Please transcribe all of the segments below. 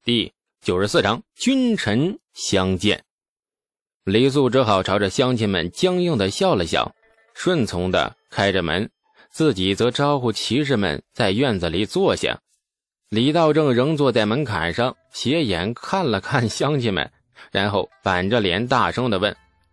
第94章君臣相见。李素只好朝着乡亲们僵硬地笑了笑，顺从地开着门，自己则招呼骑士们在院子里坐下。李道正仍坐在门槛上，斜眼看了看乡亲们，然后板着脸大声地问：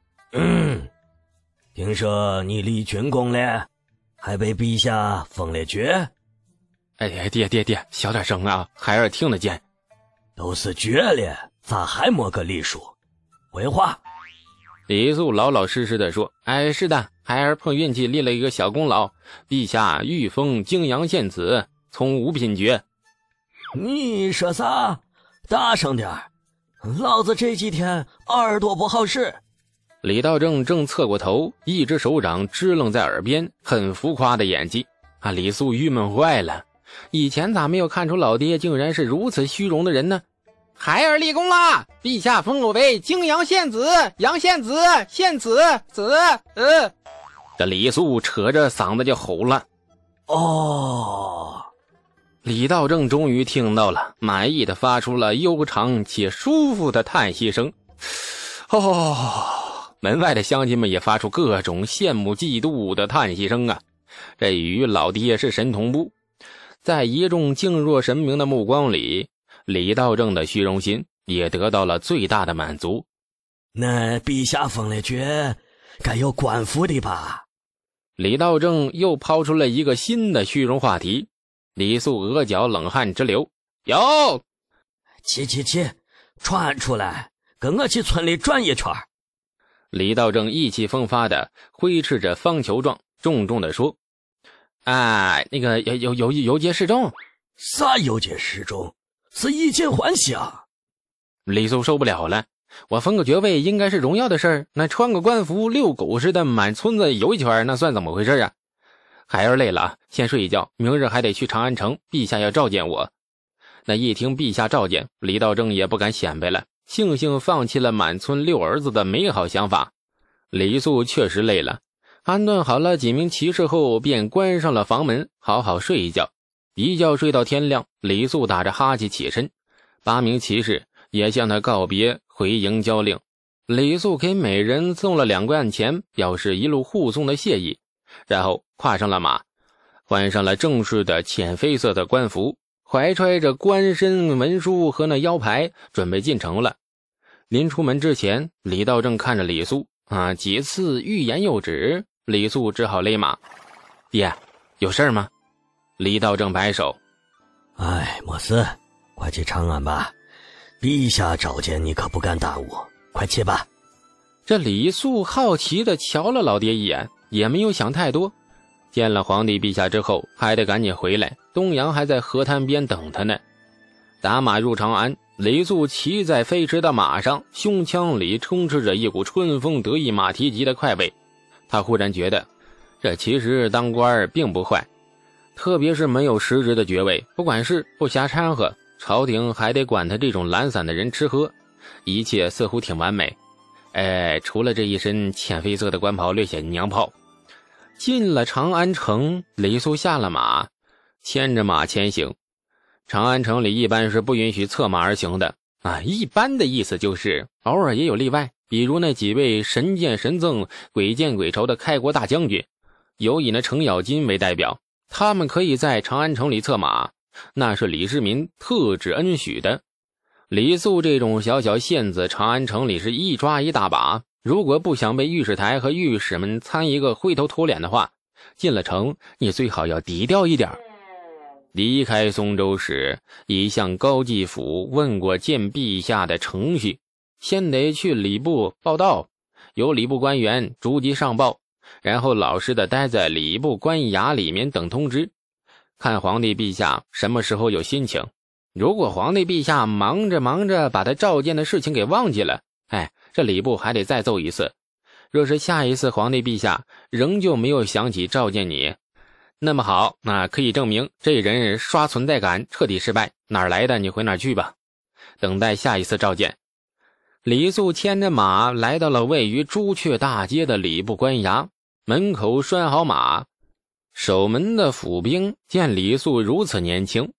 听说你立军功了，还被陛下封了爵？ 哎，爹，小点声啊，孩儿听得见。 都是爵了，咋还没个礼数？回话。 李素老老实实地说：哎，是的，孩儿碰运气立了一个小功劳，陛下御封泾阳县子，从五品爵。 你说啥？大声点，老子这几天耳朵不好使。 李道正正侧过头，一只手掌支棱在耳边，很浮夸的演技。李素郁闷坏了，以前咋没有看出老爹竟然是如此虚荣的人呢？孩儿立功啦！陛下封我为泾阳县子，阳县子，县子。这李素扯着嗓子就吼了。李道正终于听到了，满意的发出了悠长且舒服的叹息声。门外的乡亲们也发出各种羡慕嫉妒的叹息声啊！这与老爹是神同步。在一众敬若神明的目光里，李道正的虚荣心也得到了最大的满足。 那陛下封了爵，该有官服的吧？ 李道正又抛出了一个新的虚荣话题。李素额角冷汗直流。有！ 去，传出来，跟我去村里转一圈。 李道正意气风发的挥斥着方球状，重重的说：那个游街示众。 啥游街示众？是衣锦还乡。 李素受不了了，我封个爵位应该是荣耀的事儿，那穿个官服遛狗似的满村子游一圈，那算怎么回事啊？孩儿累了，先睡一觉，明日还得去长安城，陛下要召见我。那一听陛下召见，李道正也不敢显摆了，悻悻放弃了满村遛儿子的美好想法。李素确实累了，安顿好了几名骑士后，便关上了房门，好好睡一觉。一觉睡到天亮，李素打着哈欠起身，8名骑士也向他告别，回营交令。李素给每人送了2贯钱，表示一路护送的谢意，然后跨上了马，换上了正式的浅绯色的官服，怀揣着官身文书和那腰牌，准备进城了。临出门之前，李道正看着李素几次欲言又止，李素只好勒马。爹，有事吗？李道正摆手。 没事，快去长安吧，陛下召见你可不敢耽误，快去吧。 这李素好奇地瞧了老爹一眼，也没有想太多。见了皇帝陛下之后，还得赶紧回来，东阳还在河滩边等他呢。打马入长安，李素骑在飞驰的马上，胸腔里充斥着一股春风得意马蹄疾的快慰。他忽然觉得，这其实当官并不坏，特别是没有实质的爵位，不管事不瞎掺和，朝廷还得管他这种懒散的人吃喝，一切似乎挺完美。除了这一身浅绯色的官袍略显娘炮。进了长安城，李素下了马，牵着马前行。长安城里一般是不允许策马而行的一般的意思就是偶尔也有例外，比如那几位神见神憎鬼见鬼愁的开国大将军，有以那程咬金为代表，他们可以在长安城里策马，那是李世民特旨恩许的。李素这种小小县子，长安城里是一抓一大把，如果不想被御史台和御史们参一个灰头土脸的话，进了城你最好要低调一点。离开松州时，已向高继府问过见陛下的程序，先得去礼部报到，由礼部官员逐级上报，然后老实的待在礼部官衙里面等通知，看皇帝陛下什么时候有心情。如果皇帝陛下忙着把他召见的事情给忘记了，这礼部还得再奏一次。若是下一次皇帝陛下仍旧没有想起召见你，那么好，那可以证明这人刷存在感彻底失败，哪儿来的你回哪儿去吧，等待下一次召见。李素牵着马来到了位于朱雀大街的礼部官衙，门口拴好马。守门的府兵见李素如此年轻，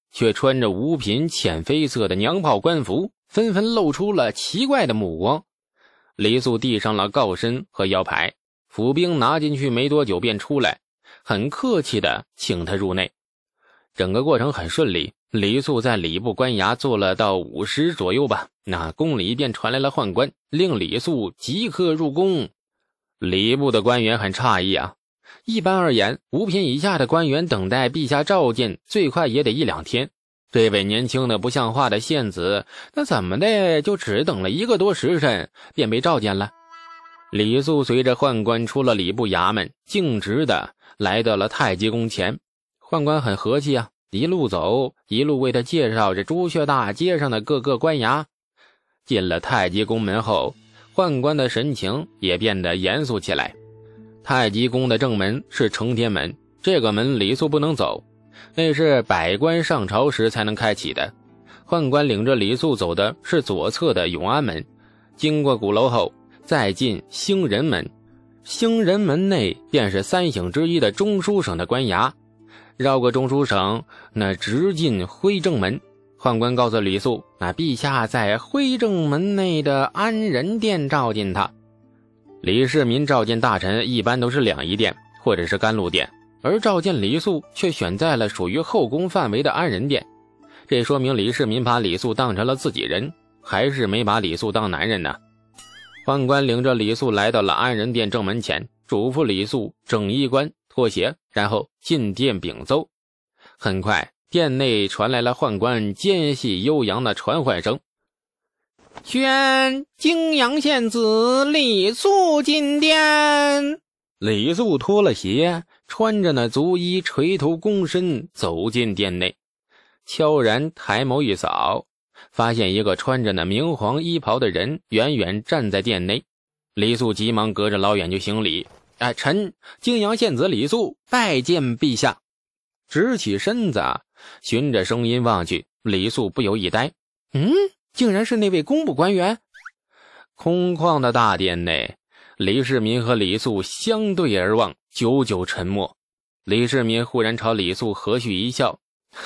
却穿着五品浅绯色的娘炮官服，纷纷露出了奇怪的目光。李素递上了告身和腰牌，府兵拿进去没多久便出来，很客气地请他入内。整个过程很顺利，李素在礼部官衙坐了到5时左右吧，那宫里便传来了宦官，令李素即刻入宫。礼部的官员很诧异啊，一般而言5品以下的官员等待陛下召见最快也得1-2天，这位年轻的不像话的县子，那怎么的就只等了1个多时辰便被召见了。李素随着宦官出了礼部衙门，径直的来到了太极宫前。宦官很和气啊，一路走一路为他介绍着朱雀大街上的各个官衙。进了太极宫门后，宦官的神情也变得严肃起来。太极宫的正门是承天门，这个门李素不能走，那是百官上朝时才能开启的。宦官领着李素走的是左侧的永安门，经过鼓楼后再进兴仁门，兴仁门内便是3省之一的中书省的官衙，绕过中书省，那直进徽正门。宦官告诉李素，那陛下在徽正门内的安仁殿召见他。李世民召见大臣一般都是两仪殿或者是甘露殿，而召见李素却选在了属于后宫范围的安仁殿，这说明李世民把李素当成了自己人，还是没把李素当男人呢？宦官领着李素来到了安仁殿正门前，嘱咐李素整衣冠脱鞋，然后进殿禀奏。很快殿内传来了宦官尖细悠扬的传唤声：宣泾阳县子李素进殿。李素脱了鞋，穿着那足衣，垂头躬身走进殿内，悄然抬眸一扫，发现一个穿着那明黄衣袍的人远远站在殿内。李素急忙隔着老远就行礼：臣泾阳县子李素拜见陛下。直起身子，循着声音望去，李素不由一呆，竟然是那位工部官员。空旷的大殿内，李世民和李素相对而望，久久沉默。李世民忽然朝李素和煦一笑：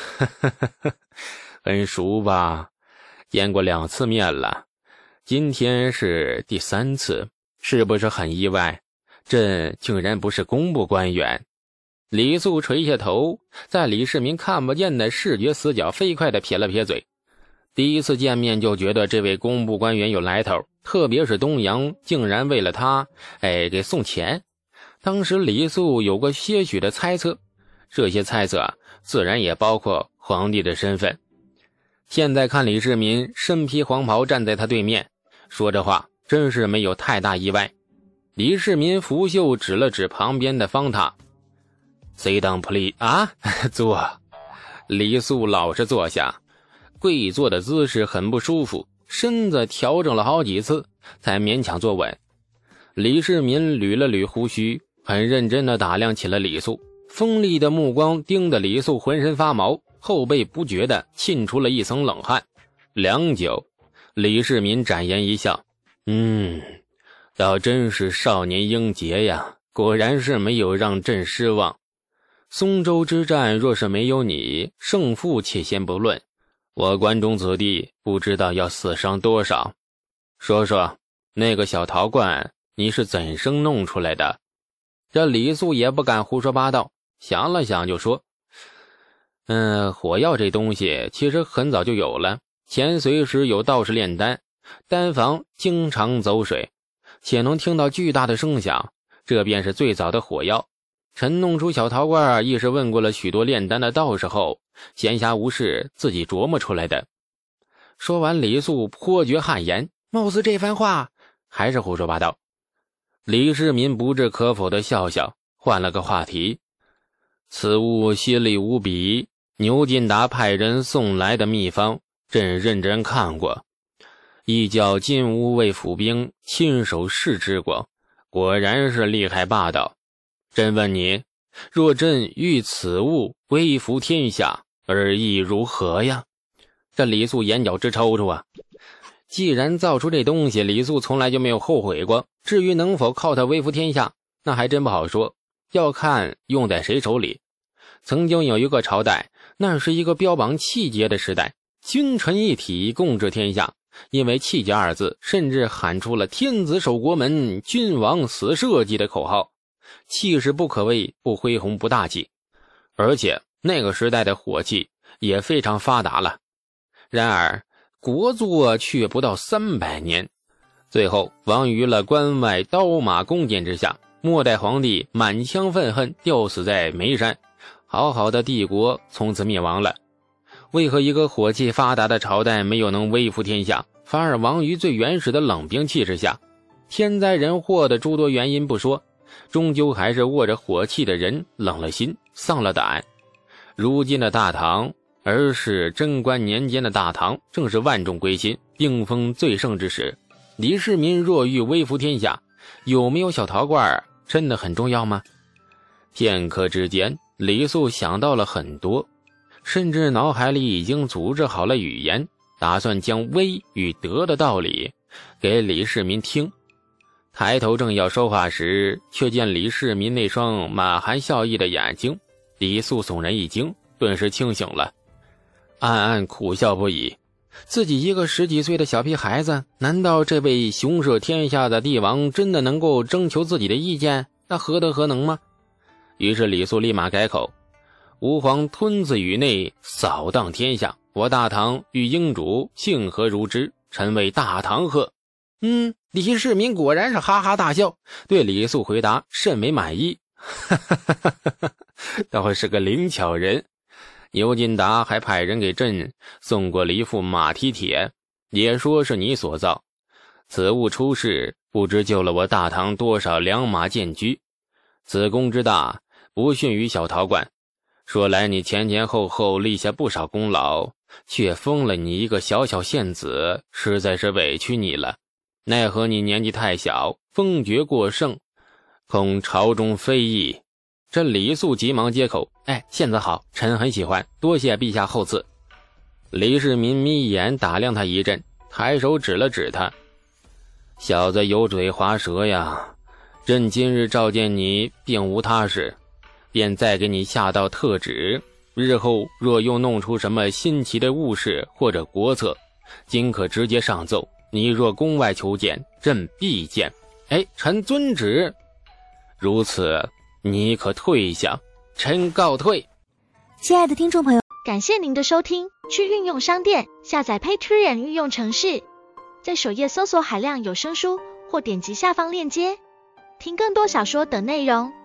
很熟吧，见过2次面了，今天是第3次，是不是很意外？朕竟然不是工部官员。李素垂下头，在李世民看不见的视觉死角飞快地撇了撇嘴。第一次见面就觉得这位工部官员有来头，特别是东阳竟然为了他给送钱。当时李素有过些许的猜测，这些猜测自然也包括皇帝的身份。现在看李世民身披黄袍站在他对面，说这话真是没有太大意外。李世民拂袖指了指旁边的方榻，Sit down please 坐。李素老实坐下，跪坐的姿势很不舒服，身子调整了好几次才勉强坐稳。李世民捋了捋胡须，很认真地打量起了李素，锋利的目光盯得李素浑身发毛，后背不觉地沁出了一层冷汗。良久，李世民展颜一笑：倒真是少年英杰呀，果然是没有让朕失望。松州之战若是没有你，胜负且先不论，我关中子弟不知道要死伤多少。说说那个小陶罐你是怎生弄出来的？这李素也不敢胡说八道，想了想就说：火药这东西其实很早就有了，前隋时有道士炼丹，丹房经常走水，且能听到巨大的声响，这便是最早的火药。臣弄出小陶罐亦是问过了许多炼丹的道士后，闲暇无事自己琢磨出来的。说完，李素颇觉汗颜，貌似这番话还是胡说八道。李世民不置可否的笑笑，换了个话题：此物犀利无比，牛进达派人送来的秘方，朕认真看过，亦叫金吾卫府兵亲手试之过，果然是厉害霸道。朕问你，若朕欲此物威服天下，而意如何呀？这李素眼角直抽抽啊！既然造出这东西，李素从来就没有后悔过，至于能否靠它威服天下，那还真不好说，要看用在谁手里。曾经有一个朝代， 那是一个标榜气节的时代，君臣一体，共治天下。因为气节二字，甚至喊出了天子守国门，君王死社稷的口号，气势不可谓不恢宏不大气。而且那个时代的火器也非常发达了。然而国祚却不到300年，最后亡于了关外刀马弓箭之下，末代皇帝满腔愤恨吊死在眉山，好好的帝国从此灭亡了。为何一个火器发达的朝代没有能威服天下，反而亡于最原始的冷兵器之下？天灾人祸的诸多原因不说，终究还是握着火器的人冷了心，丧了胆。如今的大唐，而是贞观年间的大唐，正是万众归心、兵锋最盛之时。李世民若欲威服天下，有没有小陶罐真的很重要吗？片刻之间，李肃想到了很多，甚至脑海里已经组织好了语言，打算将威与德的道理给李世民听。抬头正要说话时，却见李世民那双满含笑意的眼睛，李肃悚然一惊，顿时清醒了，暗暗苦笑不已。自己一个10几岁的小屁孩子，难道这位雄摄天下的帝王真的能够征求自己的意见？那何德何能吗？于是李肃立马改口：吾皇吞字语内，扫荡天下，我大唐与英主幸何如之？臣为大唐贺。李世民果然是哈哈大笑，对李肃回答甚为满意。倒是个灵巧人。牛金达还派人给朕送过了一副马蹄铁，也说是你所造。此物出世，不知救了我大唐多少良马健驹。此功之大，不逊于小陶罐。说来你前后后立下不少功劳，却封了你一个小小县子，实在是委屈你了。奈何你年纪太小，封爵过盛，恐朝中非议。这李肃急忙接口：县子好，臣很喜欢，多谢陛下厚赐。李世民眯眼打量他一阵，抬手指了指他：小子油嘴滑舌呀，朕今日召见你并无他事，便再给你下道特旨，日后若又弄出什么新奇的物事或者国策，今可直接上奏，你若宫外求见，朕必见。臣遵旨。如此，你可退下，臣告退。 亲爱的听众朋友，感谢您的收听，去运用商店下载 Patreon 运用程式，在首页搜索海量有声书，或点击下方链接听更多小说等内容。